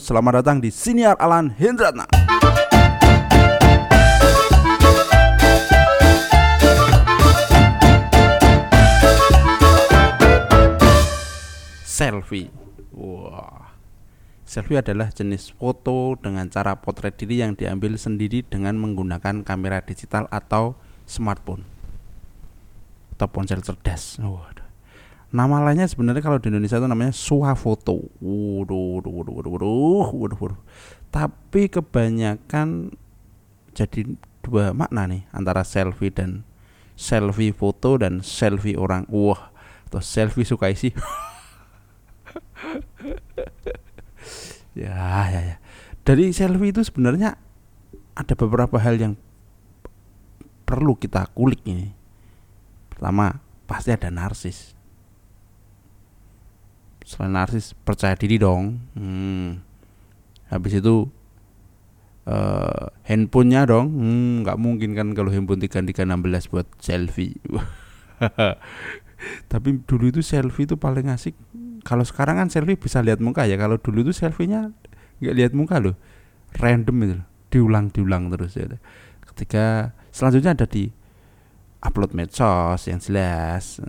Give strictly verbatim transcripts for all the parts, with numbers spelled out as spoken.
Selamat datang di Siniar Alan Hendratna. Selfie. Wah. Selfie adalah jenis foto dengan cara potret diri yang diambil sendiri dengan menggunakan kamera digital atau smartphone atau ponsel cerdas. Waduh. Nama lainnya sebenarnya kalau di Indonesia itu namanya swafoto. Waduh, waduh, waduh, waduh, waduh, waduh, waduh. Tapi kebanyakan jadi dua makna nih antara selfie dan selfie foto dan selfie orang. Wah, atau selfie suka isi. ya, ya, ya. Dari selfie itu sebenarnya ada beberapa hal yang perlu kita kulik ini. Pertama, pasti ada narsis. Selain narsis, percaya diri dong. Hmm. Habis itu uh, handphonenya dong. Hmm, nggak mungkin kan kalau handphone tiga tiga enam belas buat selfie. Tapi dulu itu selfie itu paling asik. Kalau sekarang kan selfie bisa lihat muka ya. Kalau dulu itu selfie-nya nggak lihat muka loh, random itu, diulang-diulang terus ya. Ketika selanjutnya ada di upload medsos yang jelas.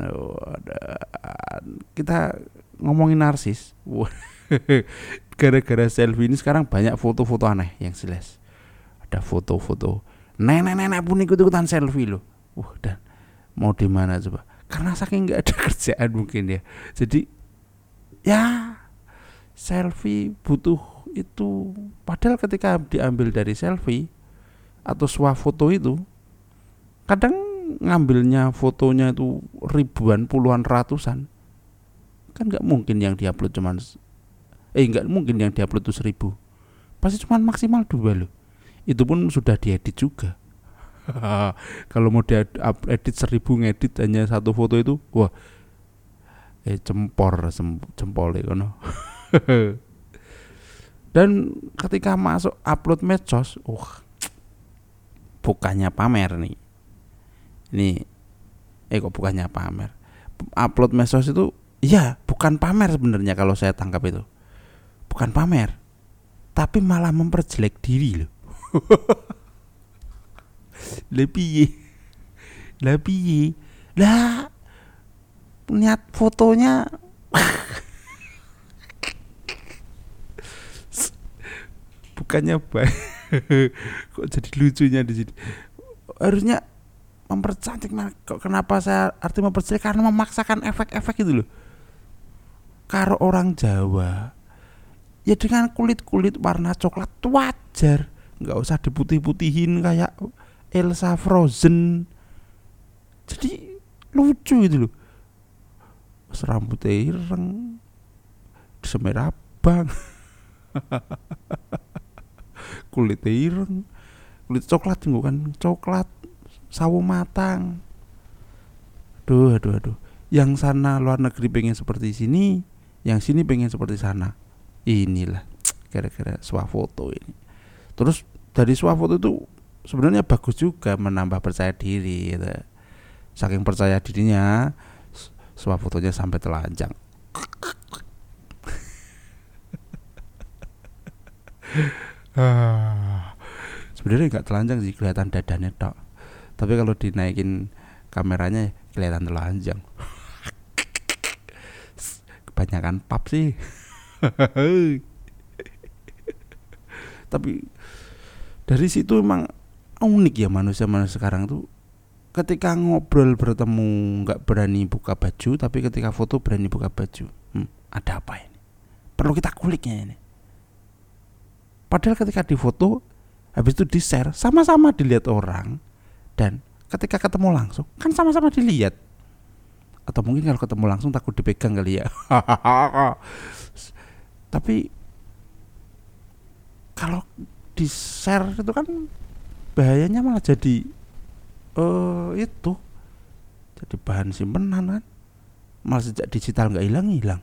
Kita ngomongin narsis. Gara-gara selfie ini sekarang banyak foto-foto aneh yang jelas. Ada foto-foto nenek-nenek pun ikut-ikutan selfie loh. Wah, dan mau di mana coba? Karena saking nggak ada kerjaan mungkin ya. Jadi ya selfie butuh itu. Padahal ketika diambil dari selfie atau swafoto itu, kadang ngambilnya fotonya itu ribuan, puluhan, ratusan. Kan nggak mungkin yang diupload cuman eh nggak mungkin yang diupload itu seribu. Pasti cuman maksimal dua loh. Itu pun sudah diedit juga. Kalau mau diedit seribu, ngedit hanya satu foto itu, wah, eh cempor jempol kono. Dan ketika masuk upload medsos, uh, bukannya pamer nih. Ini eh kok bukannya pamer. Upload medsos itu iya, bukan pamer sebenarnya kalau saya tangkap itu. Bukan pamer. Tapi malah memperjelek diri loh. Lah piye? Lah piye? Lah niat fotonya bukannya baik. Kok jadi lucunya di sini. Harusnya mempercantik. Kok kenapa saya arti mempercantik? Karena memaksakan efek-efek itu loh. Karo orang Jawa ya dengan kulit-kulit warna coklat wajar, nggak usah diputih-putihin kayak Elsa Frozen. Jadi lucu gitu loh. Rambutnya ireng, semerah abang, kulitnya ireng, kulit coklat kan, coklat sawo matang. Aduh, aduh, aduh. Yang sana luar negeri pengen seperti sini, yang sini pengen seperti sana. Inilah gara-gara swafoto ini. Terus dari swafoto itu sebenarnya bagus juga, menambah percaya diri gitu. Saking percaya dirinya, swafotonya sampai telanjang. Sebenarnya nggak telanjang sih, kelihatan dadanya tok. Tapi kalau dinaikin kameranya kelihatan telanjang. Kebanyakan pap sih. Tapi dari situ emang unik ya manusia-manusia sekarang tuh. Ketika ngobrol bertemu nggak berani buka baju, tapi ketika foto berani buka baju. Hmm, ada apa ini? Perlu kita kuliknya ini. Padahal ketika di foto, habis itu di share, sama-sama dilihat orang. Dan ketika ketemu langsung, kan sama-sama dilihat. Atau mungkin kalau ketemu langsung takut dipegang kali ya. Tapi kalau di share itu kan bahayanya malah jadi uh, itu jadi bahan simpenan kan, malah sejak digital nggak hilang-hilang.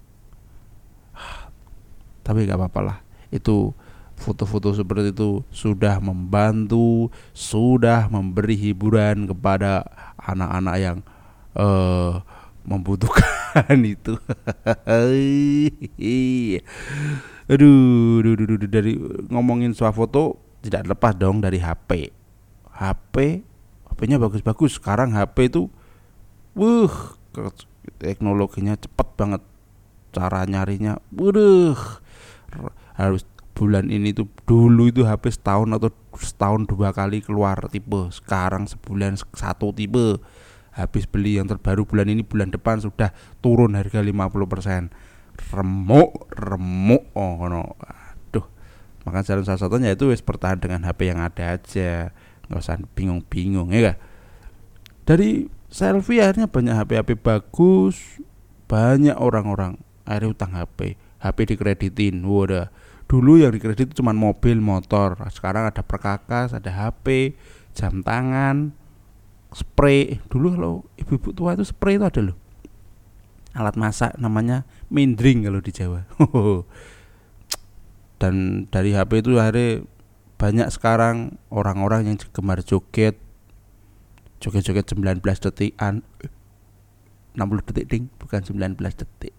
Tapi nggak apa-apa lah, itu foto-foto seperti itu sudah membantu, sudah memberi hiburan kepada anak-anak yang uh, membutuhkan itu. Aduh, aduh, aduh, aduh, dari ngomongin swafoto tidak lepas dong dari H P. H P, H P-nya bagus-bagus. Sekarang H P itu, wuh, teknologinya cepet banget. Cara nyarinya, waduh, harus bulan ini tuh, dulu itu H P setahun atau setahun dua kali keluar tipe. Sekarang sebulan satu tipe. Habis beli yang terbaru bulan ini, bulan depan sudah turun harga lima puluh persen. Remuk, remuk, oh no. Aduh, maka jalan salah satunya itu wis bertahan dengan H P yang ada aja. Nggak usah bingung-bingung ya gak? Dari selfie akhirnya banyak H P-H P bagus. Banyak orang-orang akhirnya utang H P. H P dikreditin. Wadah. Dulu yang dikredit cuma mobil, motor. Sekarang ada perkakas, ada H P, jam tangan, spray. Dulu kalau ibu-ibu tua itu spray itu ada loh. Alat masak namanya mindring kalau di Jawa. Dan dari H P itu akhirnya banyak sekarang orang-orang yang gemar joget. Joget-joget sembilan belas detikan. enam puluh detik ding, bukan sembilan belas detik.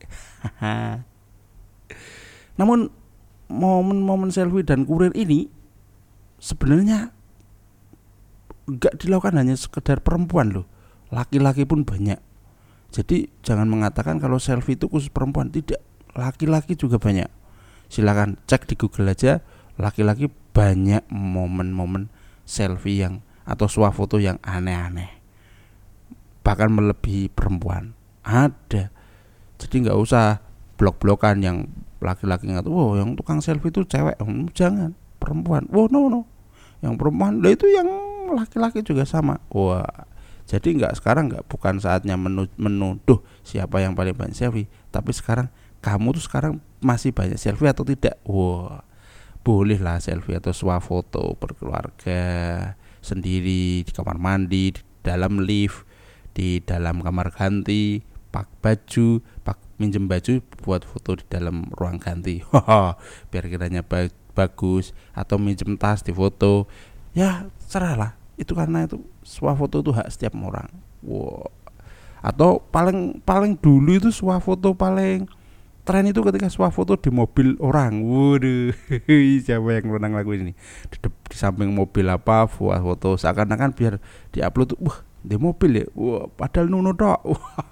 Namun momen-momen selfie dan kurir ini sebenarnya enggak dilakukan hanya sekedar perempuan loh. Laki-laki pun banyak. Jadi jangan mengatakan kalau selfie itu khusus perempuan, tidak. Laki-laki juga banyak. Silakan cek di Google aja, laki-laki banyak momen-momen selfie yang atau swafoto yang aneh-aneh. Bahkan melebihi perempuan. Ada. Jadi enggak usah blok-blokan yang laki-laki ngatain, "Wow, yang tukang selfie itu cewek." Hmm, jangan, perempuan. "Oh, no no. Yang perempuan, lah itu yang laki-laki juga sama." Wah. Jadi enggak sekarang enggak bukan saatnya menuduh siapa yang paling banyak selfie, tapi sekarang kamu tuh sekarang masih banyak selfie atau tidak? Wah. Bolehlah selfie atau swafoto berkeluarga, sendiri, di kamar mandi, di dalam lift, di dalam kamar ganti, pak baju, pak minjem baju buat foto di dalam ruang ganti. Biar kiranya ba- bagus, atau minjem tas di foto. Ya, serahlah. Itu karena itu swafoto itu hak setiap orang. Wow. Atau paling paling dulu itu swafoto paling tren itu ketika swafoto di mobil orang. Waduh, siapa yang menang lagu ini? Di, di samping mobil apa, foto seakan-akan biar diupload tuh, wah, di mobil ya. Wah, padahal nuno tok.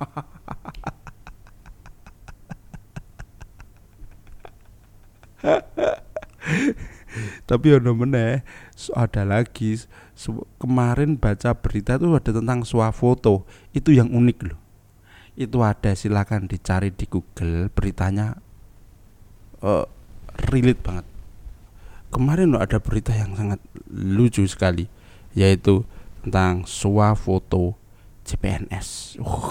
Tapi ono meneh ada lagi kemarin baca berita tuh ada tentang swafoto. Itu yang unik loh. Itu ada, silakan dicari di Google beritanya, uh, relate banget. Kemarin loh ada berita yang sangat lucu sekali, yaitu tentang swafoto C P N S. Uh.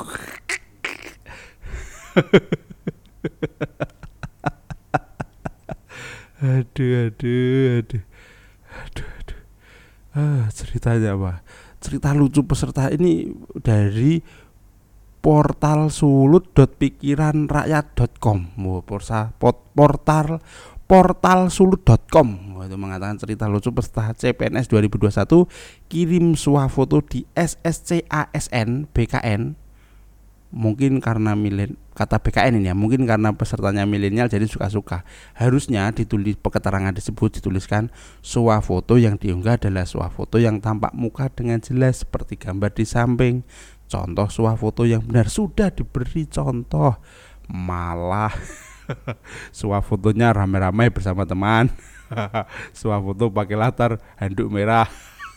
aduh, aduh, aduh, aduh, aduh. Ah, ceritanya apa? Cerita lucu peserta ini dari portal sulut dot pikiran rakyat dot com. Oh, porsa, pot, portal portal sulut dot com. Oh, itu mengatakan cerita lucu peserta C P N S dua ribu dua puluh satu kirim swafoto di S S C A S N B K N. Mungkin karena milen kata B K N ini ya, mungkin karena pesertanya milenial jadi suka-suka. Harusnya ditulis keterangan disebut dituliskan swafoto yang diunggah adalah swafoto yang tampak muka dengan jelas seperti gambar di samping. Contoh swafoto yang benar, sudah diberi contoh. Malah swafotonya rame-rame bersama teman. Swafoto pakai latar handuk merah.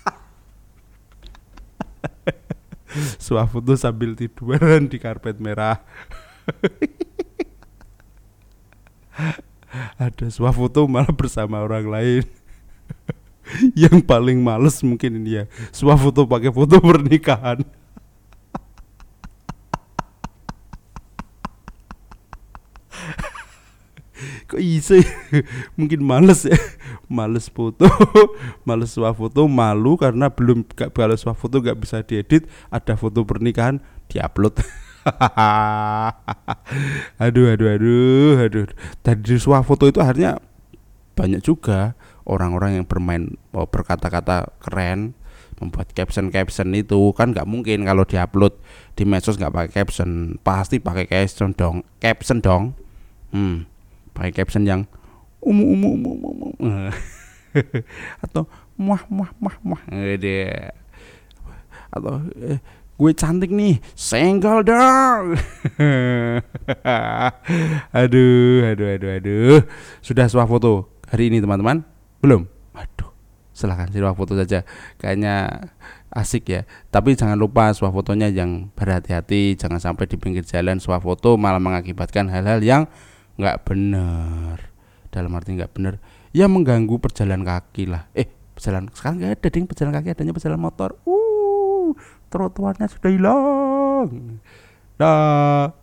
Swafoto sambil tiduran di karpet merah. Ada swafoto malah bersama orang lain. Yang paling males mungkin ini ya, swafoto pakai foto pernikahan. Kok bisa ya? Mungkin males ya, males foto, males swafoto, malu karena belum gak, kalau swafoto gak bisa diedit, ada foto pernikahan diupload. aduh aduh aduh aduh Dari swafoto itu akhirnya banyak juga orang-orang yang bermain, oh, berkata-kata keren, membuat caption-caption itu kan nggak mungkin kalau diupload di medsos nggak pakai caption, pasti pakai caption dong, caption dong, hmm, pakai caption yang umu umu umu umu, umu. Atau muah muah muah muah, deh, atau eh, gue cantik nih, senggol dong. aduh, aduh, aduh, aduh, sudah swafoto hari ini teman-teman? Belum? Waduh. Silahkan swafoto saja, kayaknya asik ya. Tapi jangan lupa swafotonya yang berhati-hati, jangan sampai di pinggir jalan swafoto malah mengakibatkan hal-hal yang nggak benar. Dalam arti nggak benar, ya mengganggu perjalan kaki lah. Eh, pejalan sekarang nggak ada ding pejalan kaki, adanya pejalan motor. Uh, trotoarnya sudah hilang. Dah.